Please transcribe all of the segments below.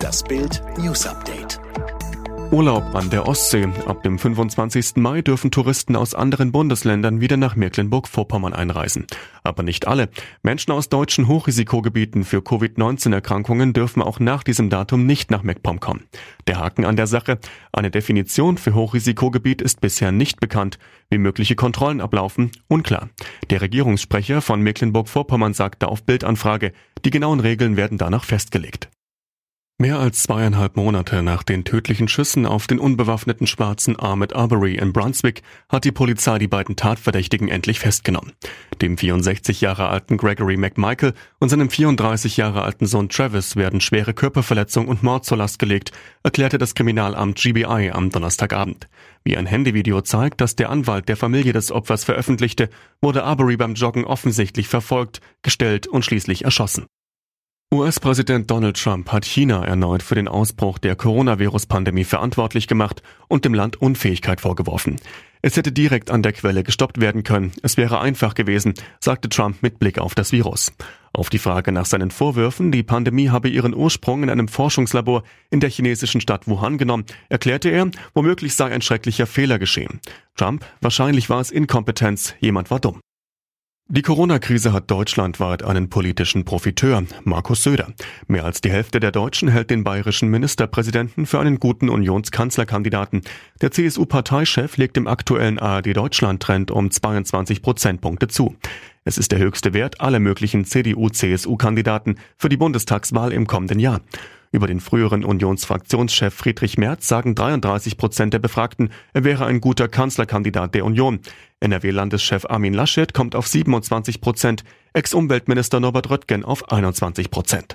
Das Bild News Update. Urlaub an der Ostsee. Ab dem 25. Mai dürfen Touristen aus anderen Bundesländern wieder nach Mecklenburg-Vorpommern einreisen. Aber nicht alle. Menschen aus deutschen Hochrisikogebieten für Covid-19-Erkrankungen dürfen auch nach diesem Datum nicht nach MacPom kommen. Der Haken an der Sache: Eine Definition für Hochrisikogebiet ist bisher nicht bekannt. Wie mögliche Kontrollen ablaufen, unklar. Der Regierungssprecher von Mecklenburg-Vorpommern sagte auf Bild-Anfrage, die genauen Regeln werden danach festgelegt. Mehr als 2,5 Monate nach den tödlichen Schüssen auf den unbewaffneten Schwarzen Ahmaud Arbery in Brunswick hat die Polizei die beiden Tatverdächtigen endlich festgenommen. Dem 64 Jahre alten Gregory McMichael und seinem 34 Jahre alten Sohn Travis werden schwere Körperverletzung und Mord zur Last gelegt, erklärte das Kriminalamt GBI am Donnerstagabend. Wie ein Handyvideo zeigt, das der Anwalt der Familie des Opfers veröffentlichte, wurde Arbery beim Joggen offensichtlich verfolgt, gestellt und schließlich erschossen. US-Präsident Donald Trump hat China erneut für den Ausbruch der Coronavirus-Pandemie verantwortlich gemacht und dem Land Unfähigkeit vorgeworfen. Es hätte direkt an der Quelle gestoppt werden können. Es wäre einfach gewesen, sagte Trump mit Blick auf das Virus. Auf die Frage nach seinen Vorwürfen, die Pandemie habe ihren Ursprung in einem Forschungslabor in der chinesischen Stadt Wuhan genommen, erklärte er, womöglich sei ein schrecklicher Fehler geschehen. Trump: Wahrscheinlich war es Inkompetenz, jemand war dumm. Die Corona-Krise hat deutschlandweit einen politischen Profiteur, Markus Söder. Mehr als die Hälfte der Deutschen hält den bayerischen Ministerpräsidenten für einen guten Unionskanzlerkandidaten. Der CSU-Parteichef legt im aktuellen ARD-Deutschland-Trend um 22 Prozentpunkte zu. Es ist der höchste Wert aller möglichen CDU-CSU-Kandidaten für die Bundestagswahl im kommenden Jahr. Über den früheren Unionsfraktionschef Friedrich Merz sagen 33% der Befragten, er wäre ein guter Kanzlerkandidat der Union. NRW-Landeschef Armin Laschet kommt auf 27%, Ex-Umweltminister Norbert Röttgen auf 21%.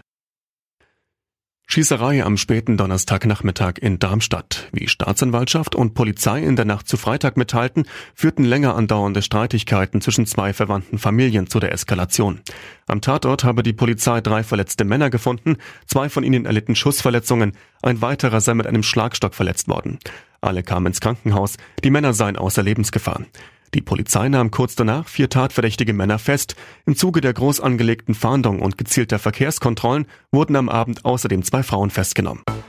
Schießerei am späten Donnerstagnachmittag in Darmstadt. Wie Staatsanwaltschaft und Polizei in der Nacht zu Freitag mitteilten, führten länger andauernde Streitigkeiten zwischen zwei verwandten Familien zu der Eskalation. Am Tatort habe die Polizei 3 verletzte Männer gefunden, 2 von ihnen erlitten Schussverletzungen, ein weiterer sei mit einem Schlagstock verletzt worden. Alle kamen ins Krankenhaus, die Männer seien außer Lebensgefahr. Die Polizei nahm kurz danach 4 tatverdächtige Männer fest. Im Zuge der groß angelegten Fahndung und gezielter Verkehrskontrollen wurden am Abend außerdem 2 Frauen festgenommen.